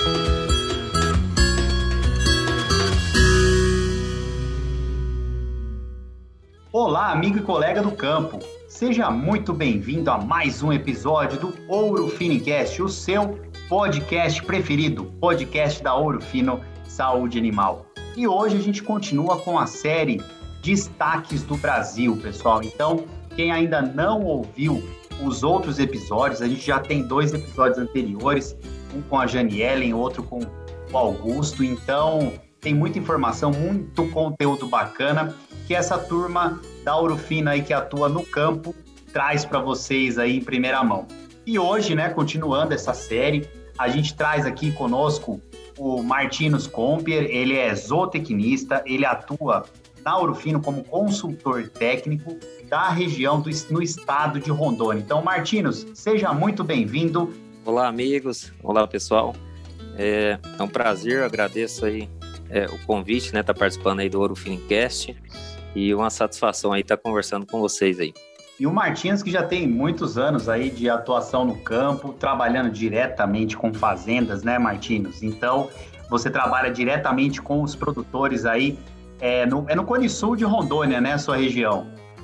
Olá, amigo e colega do campo. Seja muito bem-vindo a mais um episódio do Ouro Finicast, o seu podcast preferido, podcast da Ouro Fino Saúde Animal. E hoje a gente continua com a série Destaques do Brasil, pessoal. Então, quem ainda não ouviu os outros episódios, a gente já tem 2 episódios anteriores, um com a Janielen, outro com o Augusto. Então, tem muita informação, muito conteúdo bacana que essa turma da Ouro Fino aí que atua no campo traz para vocês aí em primeira mão. E hoje, né, continuando essa série, a gente traz aqui conosco o Martinus Compier. Ele é zootecnista, ele atua na Ouro Fino como consultor técnico da região no estado de Rondônia. Então, Martinus, seja muito bem-vindo. Olá, amigos. Olá, pessoal. É um prazer, agradeço aí o convite, né, tá participando aí do Ouro Finicast. E uma satisfação aí estar conversando com vocês aí. E o Martinus, que já tem muitos anos aí de atuação no campo, trabalhando diretamente com fazendas, né, Martinus? Então, você trabalha diretamente com os produtores aí, no Cone Sul de Rondônia, né, sua região?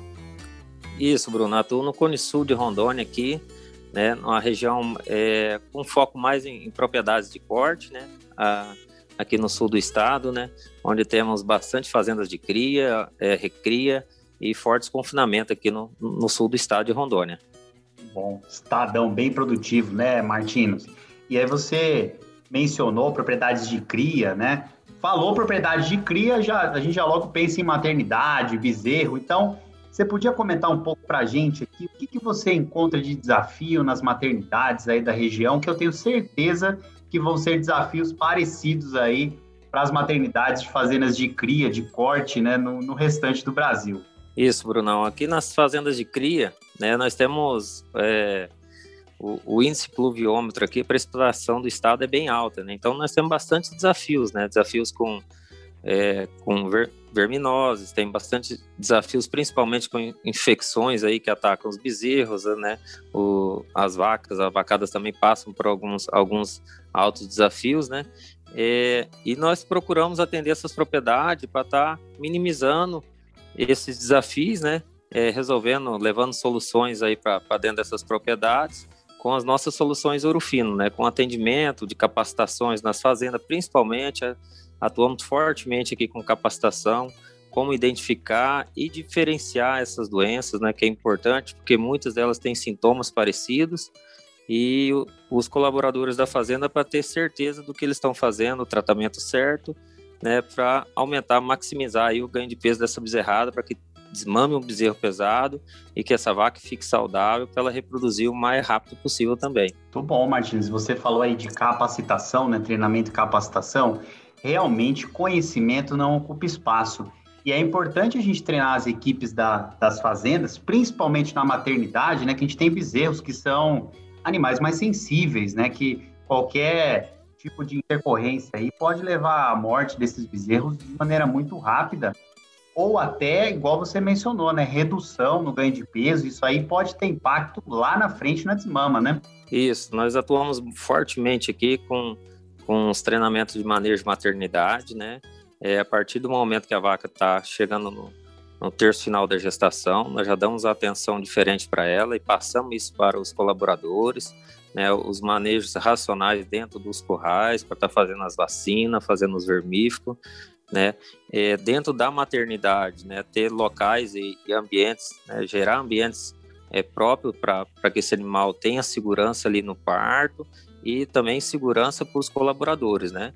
Isso, Bruno, atuo no Cone Sul de Rondônia aqui, né, uma região com foco mais em propriedades de corte, né, aqui no sul do estado, né, onde temos bastante fazendas de cria, recria e fortes confinamentos aqui no sul do estado de Rondônia. Bom, estadão bem produtivo, né, Martinus? E aí você mencionou propriedades de cria, né? Falou propriedade de cria, a gente já logo pensa em maternidade, bezerro. Então, você podia comentar um pouco para a gente aqui o que você encontra de desafio nas maternidades aí da região, que eu tenho certeza que vão ser desafios parecidos aí para as maternidades de fazendas de cria, de corte, né, no restante do Brasil. Isso, Brunão. Aqui nas fazendas de cria, né, nós temos o índice pluviômetro aqui, a precipitação do estado é bem alta, né? Então nós temos bastante desafios, né? Desafios com verminoses, tem bastante desafios, principalmente com infecções aí que atacam os bezerros, né? As vacas, as vacadas também passam por alguns altos desafios, né? E nós procuramos atender essas propriedades para estar minimizando esses desafios, né? Levando soluções aí para dentro dessas propriedades com as nossas soluções Ouro Fino, né? Com atendimento de capacitações nas fazendas, principalmente. Atuamos fortemente aqui com capacitação, como identificar e diferenciar essas doenças, né, que é importante, porque muitas delas têm sintomas parecidos, e os colaboradores da fazenda para ter certeza do que eles estão fazendo, o tratamento certo, né, para aumentar, maximizar aí o ganho de peso dessa bezerrada, para que desmame um bezerro pesado e que essa vaca fique saudável para ela reproduzir o mais rápido possível também. Muito bom, Martins. Você falou aí de capacitação, né, treinamento e capacitação. Realmente, conhecimento não ocupa espaço. E é importante a gente treinar as equipes das fazendas, principalmente na maternidade, né? Que a gente tem bezerros que são animais mais sensíveis, né? Que qualquer tipo de intercorrência aí pode levar à morte desses bezerros de maneira muito rápida. Ou até, igual você mencionou, né? Redução no ganho de peso. Isso aí pode ter impacto lá na frente na desmama, né? Isso, nós atuamos fortemente aqui com os treinamentos de manejo de maternidade, né? A partir do momento que a vaca está chegando no terço final da gestação, nós já damos atenção diferente para ela e passamos isso para os colaboradores, né? Os manejos racionais dentro dos currais, para estar fazendo as vacinas, fazendo os vermífugos, né? Dentro da maternidade, né? Ter locais e ambientes, né? Gerar ambientes próprios para que esse animal tenha segurança ali no parto, e também segurança para os colaboradores, né?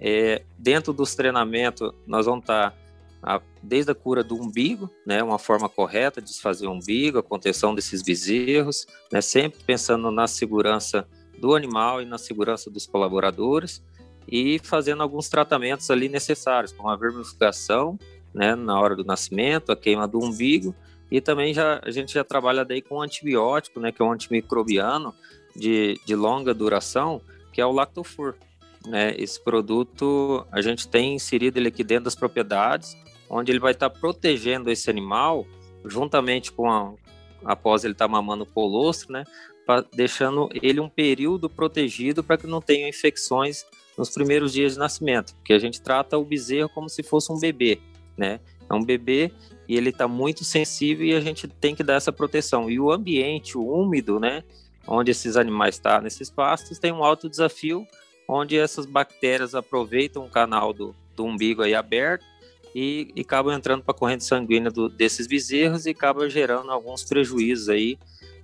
Dentro dos treinamentos, nós vamos estar desde a cura do umbigo, né? Uma forma correta de desfazer o umbigo, a contenção desses bezerros, né? Sempre pensando na segurança do animal e na segurança dos colaboradores, e fazendo alguns tratamentos ali necessários, como a vermifugação, né? Na hora do nascimento, a queima do umbigo, e também a gente já trabalha daí com antibiótico, né? Que é um antimicrobiano de longa duração, que é o Lactofer, né? Esse produto a gente tem inserido ele aqui dentro das propriedades, onde ele vai estar protegendo esse animal, juntamente com após ele estar mamando o colostro, né? Deixando ele um período protegido para que não tenha infecções nos primeiros dias de nascimento, porque a gente trata o bezerro como se fosse um bebê, né? É um bebê e ele está muito sensível e a gente tem que dar essa proteção. E o ambiente, o úmido, né, onde esses animais estão, nesses pastos, tem um alto desafio, onde essas bactérias aproveitam o canal do umbigo aí aberto e acabam entrando para a corrente sanguínea desses bezerros e acabam gerando alguns prejuízos aí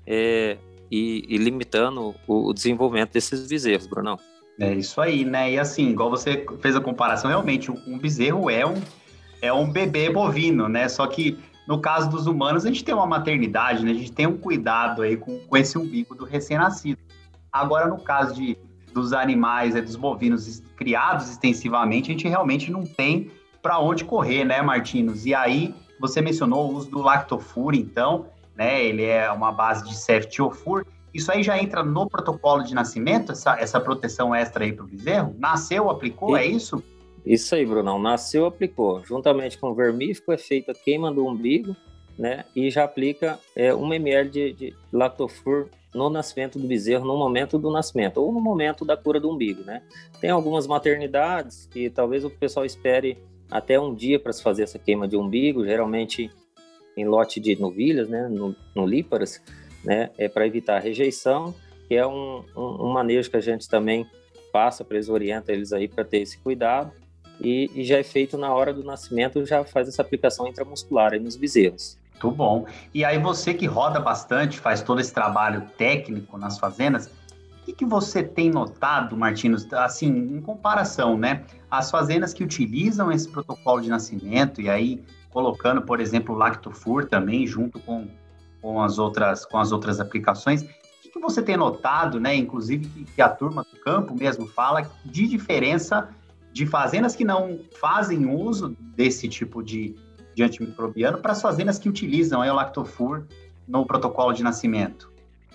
e limitando o desenvolvimento desses bezerros, Brunão. É isso aí, né? E assim, igual você fez a comparação, realmente, um bezerro é um bebê bovino, né? Só que no caso dos humanos, a gente tem uma maternidade, né? A gente tem um cuidado aí com esse umbigo do recém-nascido. Agora, no caso dos animais, dos bovinos criados extensivamente, a gente realmente não tem para onde correr, né, Martins? E aí, você mencionou o uso do Lactofer, então, né? Ele é uma base de ceftiofur. Isso aí já entra no protocolo de nascimento, essa proteção extra aí para o bezerro? Nasceu, aplicou, é isso? Isso aí, Brunão. Nasceu, aplicou. Juntamente com o vermífugo, é feita a queima do umbigo, né? E já aplica 1 ml de Lactofer no nascimento do bezerro, no momento do nascimento, ou no momento da cura do umbigo, né? Tem algumas maternidades que talvez o pessoal espere até um dia para se fazer essa queima de umbigo, geralmente em lote de novilhas, né? No líparas, né? Para evitar a rejeição, que é um manejo que a gente também passa para eles, orienta eles aí para ter esse cuidado, e já é feito na hora do nascimento, já faz essa aplicação intramuscular aí nos bezerros. Muito bom. E aí você que roda bastante, faz todo esse trabalho técnico nas fazendas, o que você tem notado, Martins, assim, em comparação, né? As fazendas que utilizam esse protocolo de nascimento e aí colocando, por exemplo, o Lactofer também junto com as outras aplicações, o que você tem notado, né? Inclusive que a turma do campo mesmo fala de diferença de fazendas que não fazem uso desse tipo de antimicrobiano para as fazendas que utilizam o Lactofer no protocolo de nascimento?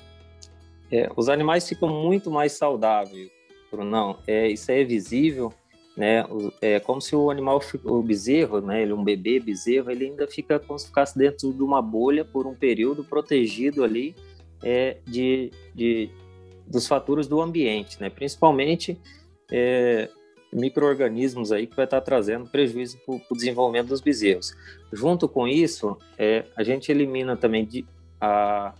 Os animais ficam muito mais saudáveis, Brunão. Isso aí é visível, né? É como se o animal, o bezerro, né? Ele é um bebê bezerro, ele ainda fica como se ficasse dentro de uma bolha por um período, protegido ali dos fatores do ambiente, né? Principalmente micro-organismos aí que vai estar trazendo prejuízo para o desenvolvimento dos bezerros. Junto com isso, a gente elimina também as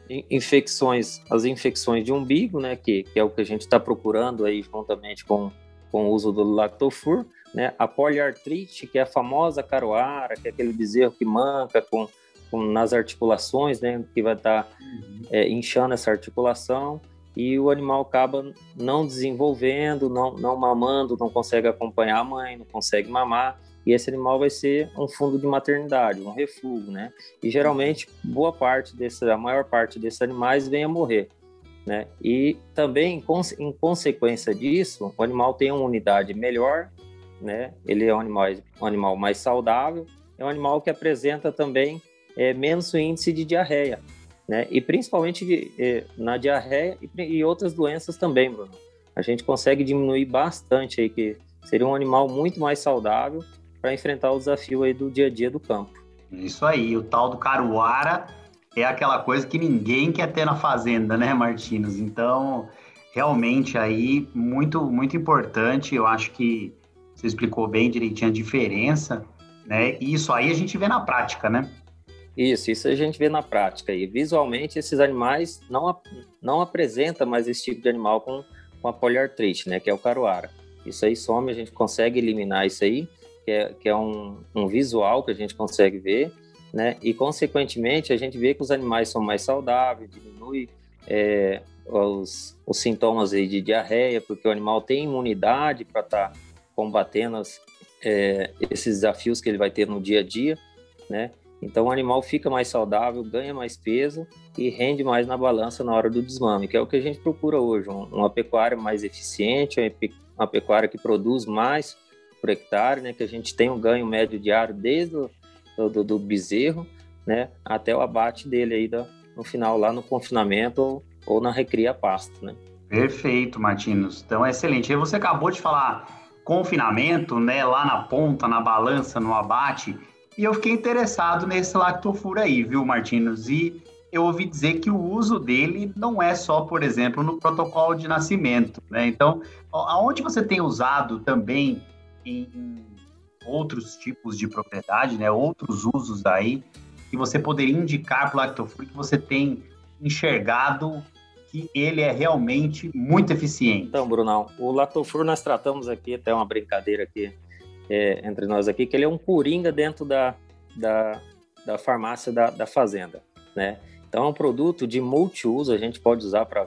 infecções de umbigo, né, que é o que a gente está procurando aí juntamente com o uso do Lactofer, né, a poliartrite, que é a famosa caroara, que é aquele bezerro que manca nas articulações, né, que vai estar inchando essa articulação, e o animal acaba não desenvolvendo, não mamando, não consegue acompanhar a mãe, não consegue mamar, e esse animal vai ser um fundo de maternidade, um refúgio, né? E geralmente a maior parte desses animais vem a morrer, né? E também, em consequência disso, o animal tem uma unidade melhor, né? Ele é um animal mais saudável, é um animal que apresenta também menos índice de diarreia, né? E principalmente na diarreia e outras doenças também, Bruno. A gente consegue diminuir bastante aí, que seria um animal muito mais saudável para enfrentar o desafio aí do dia a dia do campo. Isso aí, o tal do caruara é aquela coisa que ninguém quer ter na fazenda, né, Martins? Então, realmente aí, muito, muito importante, eu acho que você explicou bem direitinho a diferença, né? E isso aí a gente vê na prática, né? Isso a gente vê na prática. E visualmente esses animais não apresentam mais esse tipo de animal com a poliartrite, né, que é o caruara. Isso aí some, a gente consegue eliminar isso aí, que é um visual que a gente consegue ver, né? E, consequentemente, a gente vê que os animais são mais saudáveis, diminui os sintomas aí de diarreia, porque o animal tem imunidade para estar combatendo esses desafios que ele vai ter no dia a dia, né? Então, o animal fica mais saudável, ganha mais peso e rende mais na balança na hora do desmame, que é o que a gente procura hoje, uma pecuária mais eficiente, uma pecuária que produz mais por hectare, né, que a gente tem um ganho médio diário desde do bezerro, né, até o abate dele aí no final, lá no confinamento ou na recria pasto, né. Perfeito, Martins. Então, excelente. E você acabou de falar confinamento, né, lá na ponta, na balança, no abate, e eu fiquei interessado nesse Lactofer aí, viu, Martins? E eu ouvi dizer que o uso dele não é só, por exemplo, no protocolo de nascimento, né? Então, aonde você tem usado também em outros tipos de propriedade, né? Outros usos aí que você poderia indicar para o Lactofer que você tem enxergado que ele é realmente muito eficiente? Então, Brunão, o Lactofer nós tratamos aqui, até uma brincadeira aqui entre nós aqui, que ele é um coringa dentro da farmácia da fazenda, né? Então, é um produto de multiuso, a gente pode usar para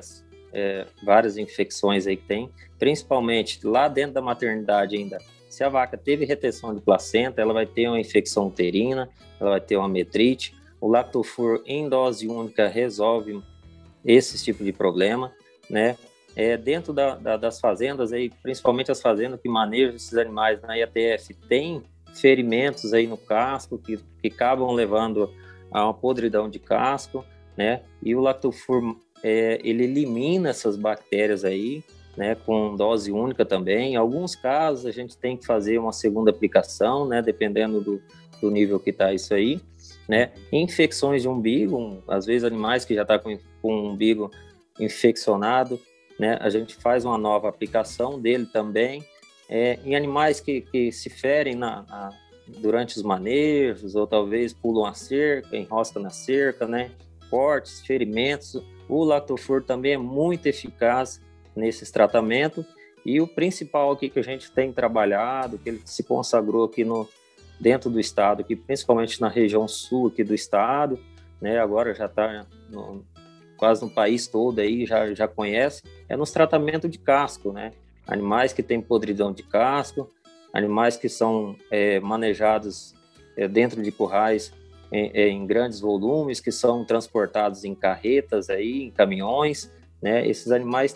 várias infecções aí que tem, principalmente lá dentro da maternidade ainda. Se a vaca teve retenção de placenta, ela vai ter uma infecção uterina, ela vai ter uma metrite. O Lactofer em dose única resolve esse tipo de problema, né? Dentro das fazendas, aí, principalmente as fazendas que manejam esses animais na IATF, tem ferimentos aí no casco que acabam levando a uma podridão de casco, né? E o Lactofer, ele elimina essas bactérias aí, né? Com dose única também. Em alguns casos, a gente tem que fazer uma segunda aplicação, né? Dependendo do nível que está isso aí, né? Infecções de umbigo, às vezes animais que já estão com o umbigo infeccionado, né? A gente faz uma nova aplicação dele também. Em animais que se ferem durante os manejos, ou talvez pulam a cerca, enroscam na cerca, né? Cortes, ferimentos. O Lactofer também é muito eficaz nesses tratamentos. E o principal aqui que a gente tem trabalhado, que ele se consagrou aqui dentro do estado, aqui, principalmente na região sul aqui do estado, né? Agora já está quase no país todo aí, já conhece, nos tratamentos de casco, né? Animais que têm podridão de casco, animais que são manejados dentro de currais em grandes volumes, que são transportados em carretas, aí, em caminhões, né? Esses animais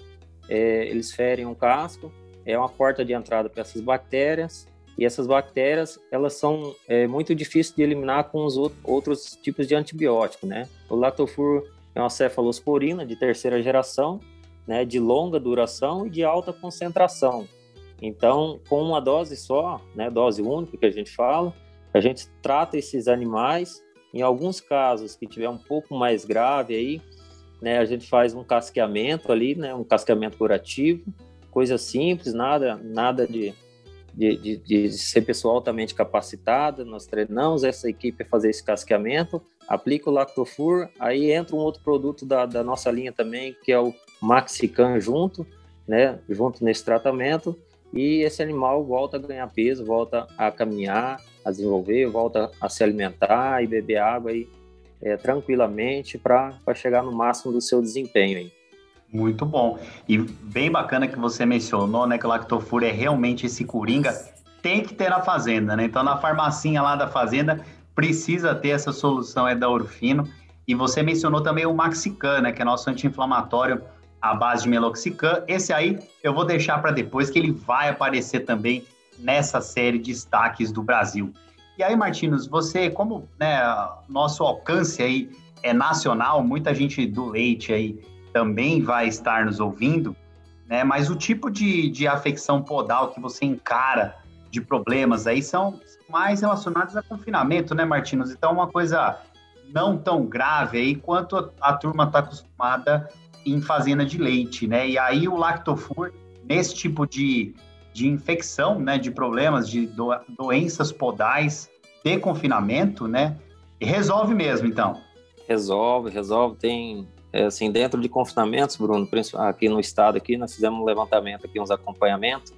eles ferem um casco, é uma porta de entrada para essas bactérias, e essas bactérias, elas são muito difíceis de eliminar com os outros tipos de antibiótico, né? O Lactofer é uma cefalosporina de terceira geração, né, de longa duração e de alta concentração. Então, com uma dose só, né, dose única que a gente fala, a gente trata esses animais. Em alguns casos que tiver um pouco mais grave aí, né, a gente faz um casqueamento ali, né, um casqueamento curativo, coisa simples, nada de ser pessoa altamente capacitada. Nós treinamos essa equipe a fazer esse casqueamento, aplica o Lactofer, aí entra um outro produto da nossa linha também, que é o Maxican junto nesse tratamento, e esse animal volta a ganhar peso, volta a caminhar, a desenvolver, volta a se alimentar e beber água aí, tranquilamente para chegar no máximo do seu desempenho aí. Muito bom. E bem bacana que você mencionou, né, que o Lactofer é realmente esse coringa, tem que ter na fazenda, né? Então, na farmacinha lá da fazenda, precisa ter essa solução da Ouro Fino. E você mencionou também o Maxican, né, que é nosso anti-inflamatório à base de meloxicam. Esse aí eu vou deixar para depois, que ele vai aparecer também nessa série de destaques do Brasil. E aí, Martins, você, como, né, nosso alcance aí é nacional, muita gente do leite aí também vai estar nos ouvindo, né? Mas o tipo de afecção podal que você encara de problemas aí são mais relacionados a confinamento, né, Martins? Então, uma coisa não tão grave aí quanto a turma está acostumada em fazenda de leite, né? E aí o Lactofer, nesse tipo de infecção, né, de problemas, de doenças podais, de confinamento, né, resolve mesmo, então? Resolve. Tem... assim, dentro de confinamentos, Bruno, aqui no estado, aqui, nós fizemos um levantamento, aqui, uns acompanhamentos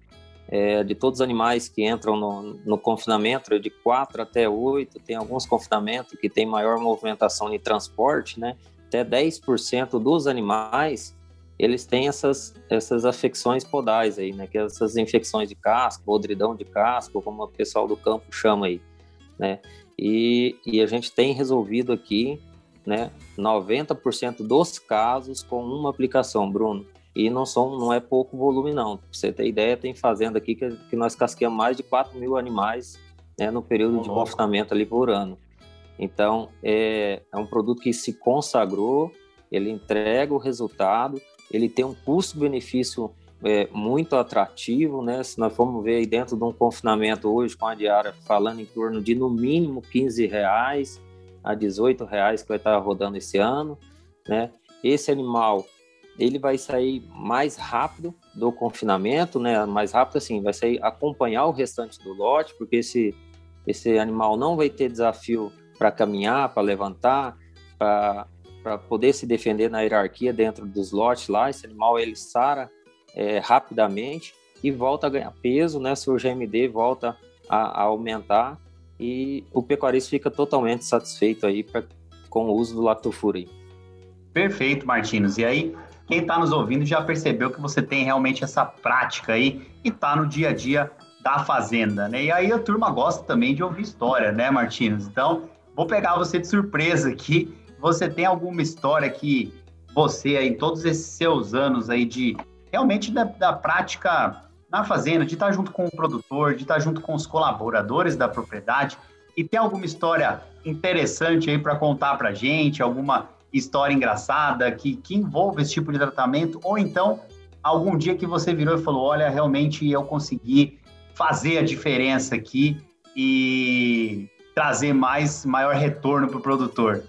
de todos os animais que entram no confinamento, de 4 até 8, tem alguns confinamentos que tem maior movimentação de transporte, né? Até 10% dos animais, eles têm essas afecções podais aí, né? Que essas infecções de casco, podridão de casco, como o pessoal do campo chama aí, né? E a gente tem resolvido aqui, né, 90% dos casos com uma aplicação, Bruno. E não é pouco volume, não. Pra você ter ideia, tem fazenda aqui que nós casqueamos mais de 4 mil animais, né, no período de confinamento ali por ano. Então, é um produto que se consagrou, ele entrega o resultado, ele tem um custo-benefício muito atrativo, né? Se nós formos ver aí dentro de um confinamento hoje, com a diária falando em torno de, no mínimo, R$15, a R$ 18 que vai estar rodando esse ano, né? Esse animal, ele vai sair mais rápido do confinamento, né? Mais rápido assim, vai sair acompanhar o restante do lote, porque esse animal não vai ter desafio para caminhar, para levantar, para poder se defender na hierarquia dentro dos lotes lá. Esse animal, ele sara rapidamente e volta a ganhar peso, né? Seu GMD volta a aumentar e o pecuarista fica totalmente satisfeito aí com o uso do Lactofury. Perfeito, Martins. E aí, quem está nos ouvindo já percebeu que você tem realmente essa prática aí e está no dia a dia da fazenda, né? E aí a turma gosta também de ouvir história, né, Martins? Então, vou pegar você de surpresa aqui. Você tem alguma história que você, em todos esses seus anos aí de realmente da prática na fazenda, de estar junto com o produtor, de estar junto com os colaboradores da propriedade, e tem alguma história interessante aí para contar para a gente, alguma história engraçada que envolve esse tipo de tratamento, ou então algum dia que você virou e falou, olha, realmente eu consegui fazer a diferença aqui e trazer maior retorno para o produtor?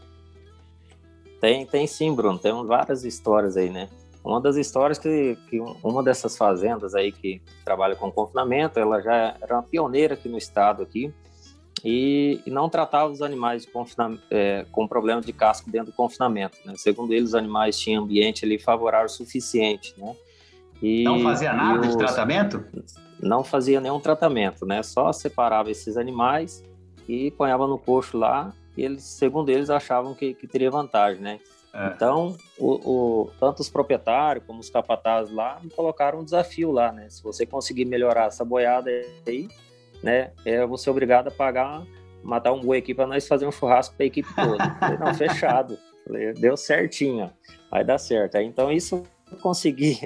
Tem sim, Bruno, tem várias histórias aí, né? Uma das histórias que uma dessas fazendas aí que trabalha com confinamento, ela já era uma pioneira aqui no estado aqui, e não tratava os animais com problema de casco dentro do confinamento, né? Segundo eles, os animais tinham ambiente ali favorável o suficiente, né? Não fazia nada de tratamento? Não fazia nenhum tratamento, né? Só separava esses animais e ponhava no coxo lá, e eles, segundo eles, achavam que teria vantagem, né? Então, tanto os proprietários como os capatazes lá me colocaram um desafio lá, né? Se você conseguir melhorar essa boiada aí, né, eu vou ser obrigado a matar um boi aqui para nós fazer um churrasco para a equipe toda. Falei, não, fechado. Falei, deu certinho, vai dar certo. Aí, então isso eu consegui,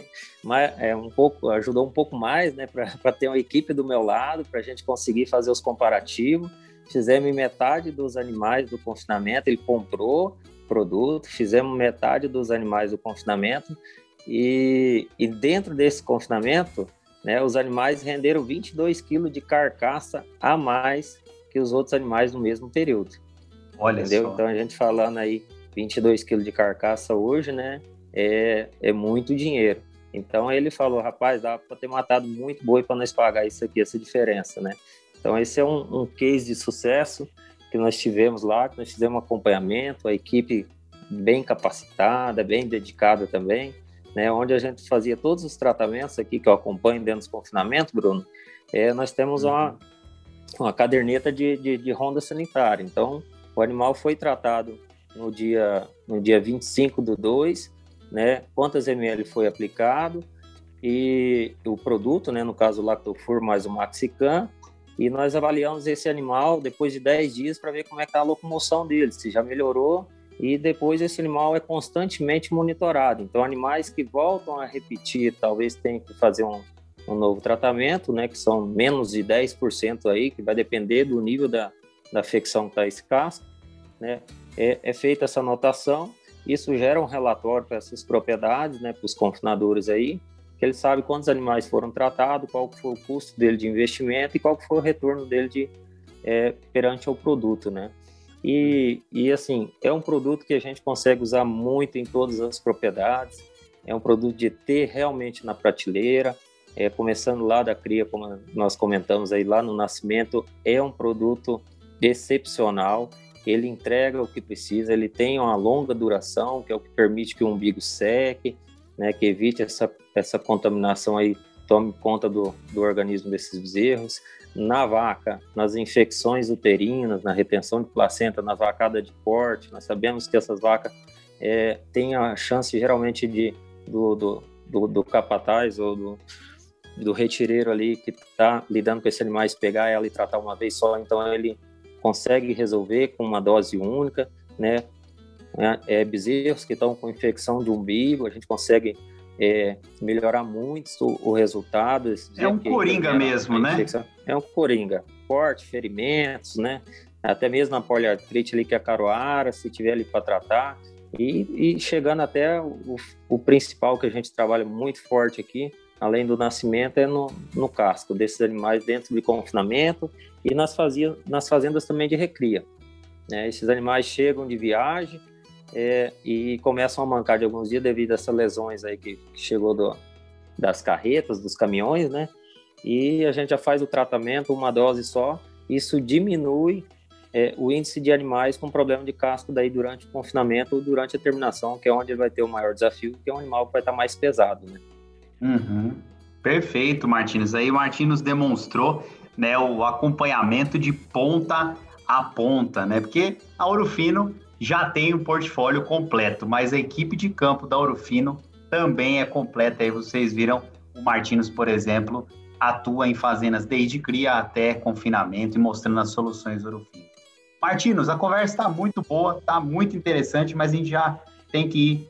ajudou um pouco mais, né, para ter uma equipe do meu lado, para a gente conseguir fazer os comparativos. Fizemos metade dos animais do confinamento, ele comprou produto, fizemos metade dos animais do confinamento e dentro desse confinamento, né, os animais renderam 22 quilos de carcaça a mais que os outros animais no mesmo período. Olha entendeu? só. Então, a gente falando aí 22 quilos de carcaça hoje, né, é muito dinheiro. Então, ele falou, rapaz, dá para ter matado muito boi para nós pagar isso aqui, essa diferença, né? Então, esse é um case de sucesso que nós tivemos lá, que nós fizemos um acompanhamento, a equipe bem capacitada, bem dedicada também, né, onde a gente fazia todos os tratamentos aqui que eu acompanho dentro dos confinamentos, Bruno. Nós temos uma caderneta de ronda sanitária. Então, o animal foi tratado no dia 25/2, né, quantas ml foi aplicado, e o produto, né, no caso o Lactofury mais o Maxican, e nós avaliamos esse animal depois de 10 dias para ver como é que está a locomoção dele, se já melhorou, e depois esse animal é constantemente monitorado. Então, animais que voltam a repetir, talvez tenham que fazer um novo tratamento, né, que são menos de 10% aí, que vai depender do nível da afecção que está esse casco, né, é feita essa anotação, isso gera um relatório para essas propriedades, né, para os confinadores aí, que ele sabe quantos animais foram tratados, qual foi o custo dele de investimento e qual foi o retorno dele perante ao produto, né. E assim, é um produto que a gente consegue usar muito em todas as propriedades, é um produto de ter realmente na prateleira, começando lá da cria, como nós comentamos aí, lá no nascimento, é um produto excepcional, ele entrega o que precisa, ele tem uma longa duração, que é o que permite que o umbigo seque, né, que evite essa contaminação aí, tome conta do organismo desses bezerros. Na vaca, nas infecções uterinas, na retenção de placenta, na vacada de corte, nós sabemos que essas vacas têm a chance geralmente do capataz ou do retireiro ali que está lidando com esses animais pegar ela e tratar uma vez só, então ele consegue resolver com uma dose única, né? Bezerros que estão com infecção de umbigo, a gente consegue melhorar muito o resultado. É um coringa mesmo, né? É um coringa. Corte, ferimentos, né? Até mesmo a poliartrite ali que é a caroara, se tiver ali para tratar. E chegando até o principal que a gente trabalha muito forte aqui, além do nascimento, é no casco desses animais dentro de confinamento e nas fazendas também de recria. né? Esses animais chegam de viagem e começam a mancar de alguns dias devido a essas lesões aí que chegou das carretas, dos caminhões, né? E a gente já faz o tratamento, uma dose só. Isso diminui o índice de animais com problema de casco daí durante o confinamento ou durante a terminação, que é onde ele vai ter o maior desafio, que é um animal que vai estar mais pesado, né? Uhum. Perfeito, Martins. Aí o Martins demonstrou, né, o acompanhamento de ponta a ponta, né? Porque a Ouro Fino já tem um portfólio completo, mas a equipe de campo da Ouro Fino também é completa. Aí vocês viram, o Martins, por exemplo, atua em fazendas desde cria até confinamento e mostrando as soluções Ouro Fino. Martins, a conversa está muito boa, está muito interessante, mas a gente já tem que ir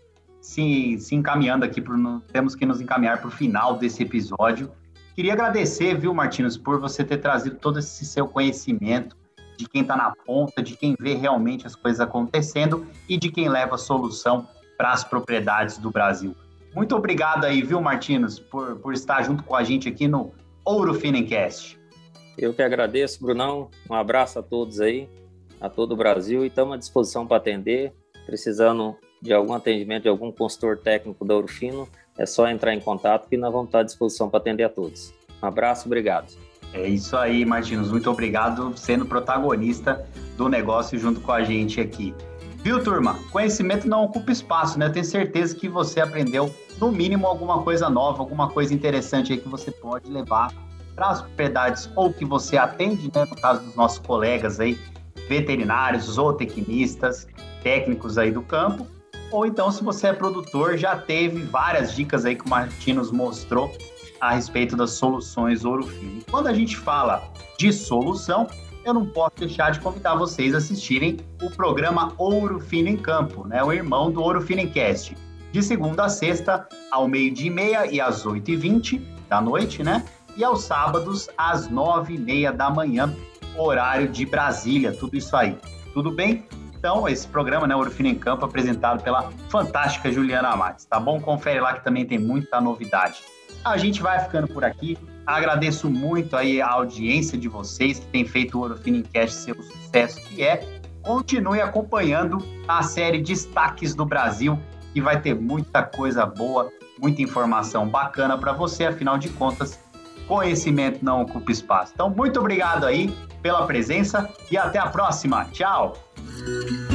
se encaminhando aqui, temos que nos encaminhar para o final desse episódio. Queria agradecer, viu, Martins, por você ter trazido todo esse seu conhecimento de quem está na ponta, de quem vê realmente as coisas acontecendo e de quem leva a solução para as propriedades do Brasil. Muito obrigado aí, viu, Martins, por estar junto com a gente aqui no Ouro Finencast. Eu que agradeço, Brunão. Um abraço a todos aí, a todo o Brasil, e estamos à disposição para atender. Precisando de algum atendimento, de algum consultor técnico da Ouro Fino, é só entrar em contato que nós vamos estar à disposição para atender a todos. Um abraço, obrigado. É isso aí, Martins. Muito obrigado sendo protagonista do negócio junto com a gente aqui. Viu, turma? Conhecimento não ocupa espaço, né? Eu tenho certeza que você aprendeu, no mínimo, alguma coisa nova, alguma coisa interessante aí que você pode levar para as propriedades ou que você atende, né? No caso dos nossos colegas aí, veterinários, zootecnistas, técnicos aí do campo. Ou então, se você é produtor, já teve várias dicas aí que o Martins mostrou a respeito das soluções Ouro Fino. E quando a gente fala de solução, eu não posso deixar de convidar vocês a assistirem o programa Ouro Fino em Campo, né? O irmão do Ouro Finencast, de segunda a sexta, ao 12h30 e às 8h20 da noite, né? E aos sábados, às 9h30 da manhã, horário de Brasília, tudo isso aí. Tudo bem? Então, esse programa, né, Ouro Fino em Campo, apresentado pela fantástica Juliana Matos, tá bom? Confere lá que também tem muita novidade. A gente vai ficando por aqui. Agradeço muito aí a audiência de vocês que tem feito o Ouro Finencast ser o sucesso que é. Continue acompanhando a série Destaques do Brasil, que vai ter muita coisa boa, muita informação bacana para você. Afinal de contas, conhecimento não ocupa espaço. Então, muito obrigado aí pela presença e até a próxima. Tchau!